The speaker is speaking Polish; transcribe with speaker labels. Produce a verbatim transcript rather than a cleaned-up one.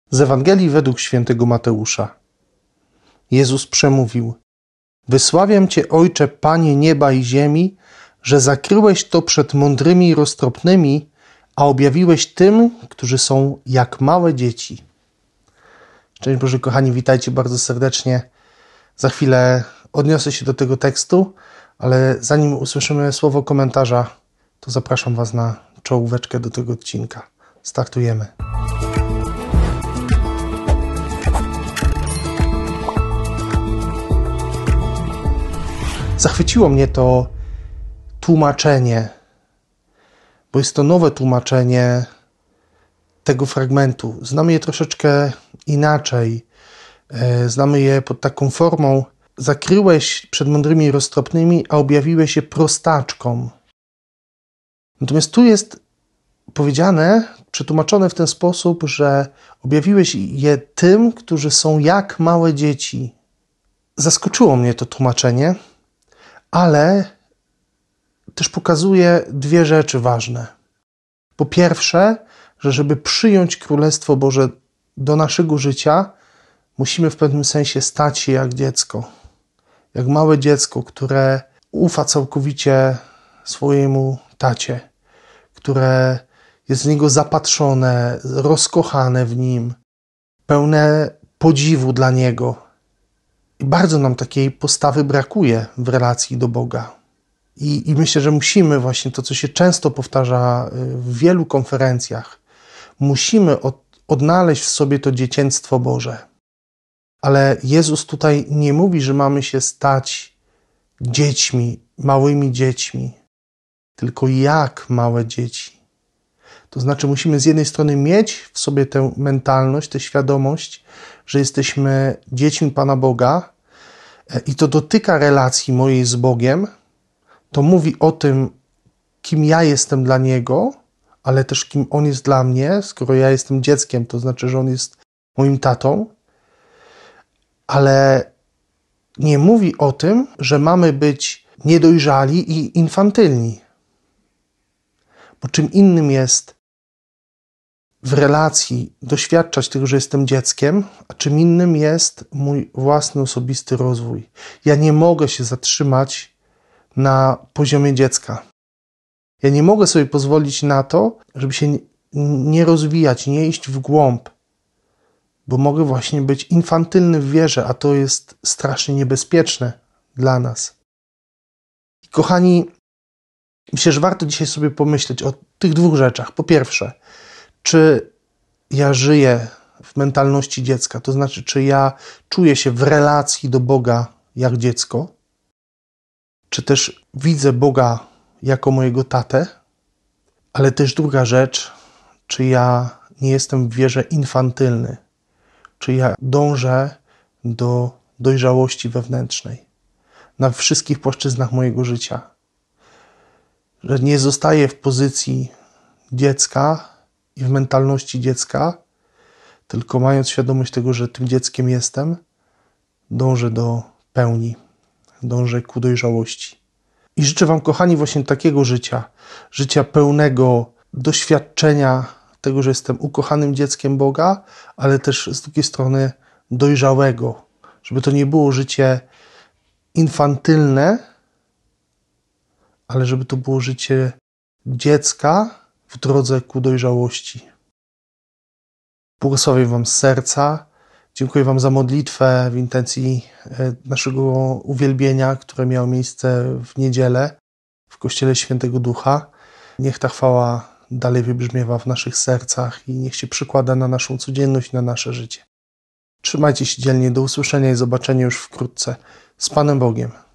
Speaker 1: Z Ewangelii według świętego Mateusza. Jezus przemówił: Wysławiam Cię, Ojcze, Panie nieba i ziemi, że zakryłeś to przed mądrymi i roztropnymi, a objawiłeś tym, którzy są jak małe dzieci. Szczęść Boże, kochani, witajcie bardzo serdecznie. Za chwilę odniosę się do tego tekstu, ale zanim usłyszymy słowo komentarza, to zapraszam Was na czołóweczkę do tego odcinka. Startujemy. Zachwyciło mnie to tłumaczenie, bo jest to nowe tłumaczenie tego fragmentu. Znamy je troszeczkę inaczej. Znamy je pod taką formą: zakryłeś przed mądrymi i roztropnymi, a objawiłeś się prostaczkom. Natomiast tu jest powiedziane, przetłumaczone w ten sposób, że objawiłeś je tym, którzy są jak małe dzieci. Zaskoczyło mnie to tłumaczenie, ale też pokazuje dwie rzeczy ważne. Po pierwsze, że żeby przyjąć Królestwo Boże do naszego życia, musimy w pewnym sensie stać się jak dziecko. Jak małe dziecko, które ufa całkowicie swojemu tacie, które jest w niego zapatrzone, rozkochane w nim, pełne podziwu dla niego. I bardzo nam takiej postawy brakuje w relacji do Boga. I, I myślę, że musimy właśnie to, co się często powtarza w wielu konferencjach, musimy od, odnaleźć w sobie to dziecięctwo Boże. Ale Jezus tutaj nie mówi, że mamy się stać dziećmi, małymi dziećmi, tylko jak małe dzieci. To znaczy musimy z jednej strony mieć w sobie tę mentalność, tę świadomość, że jesteśmy dziećmi Pana Boga i to dotyka relacji mojej z Bogiem. To mówi o tym, kim ja jestem dla Niego, ale też kim On jest dla mnie. Skoro ja jestem dzieckiem, to znaczy, że On jest moim tatą. Ale nie mówi o tym, że mamy być niedojrzali i infantylni. Bo czym innym jest w relacji doświadczać tego, że jestem dzieckiem, a czym innym jest mój własny, osobisty rozwój. Ja nie mogę się zatrzymać na poziomie dziecka. Ja nie mogę sobie pozwolić na to, żeby się nie rozwijać, nie iść w głąb, bo mogę właśnie być infantylny w wierze, a to jest strasznie niebezpieczne dla nas. I kochani, myślę, że warto dzisiaj sobie pomyśleć o tych dwóch rzeczach. Po pierwsze, czy ja żyję w mentalności dziecka, to znaczy, czy ja czuję się w relacji do Boga jak dziecko, czy też widzę Boga jako mojego tatę, ale też druga rzecz, czy ja nie jestem w wierze infantylny, czy ja dążę do dojrzałości wewnętrznej na wszystkich płaszczyznach mojego życia, że nie zostaję w pozycji dziecka i w mentalności dziecka, tylko mając świadomość tego, że tym dzieckiem jestem, dążę do pełni, dążę ku dojrzałości. I życzę Wam, kochani, właśnie takiego życia, życia pełnego doświadczenia tego, że jestem ukochanym dzieckiem Boga, ale też z drugiej strony dojrzałego, żeby to nie było życie infantylne, ale żeby to było życie dziecka w drodze ku dojrzałości. Błogosławię Wam z serca. Dziękuję Wam za modlitwę w intencji naszego uwielbienia, które miało miejsce w niedzielę w Kościele Świętego Ducha. Niech ta chwała dalej wybrzmiewa w naszych sercach i niech się przykłada na naszą codzienność, na nasze życie. Trzymajcie się dzielnie, do usłyszenia i zobaczenia już wkrótce. Z Panem Bogiem.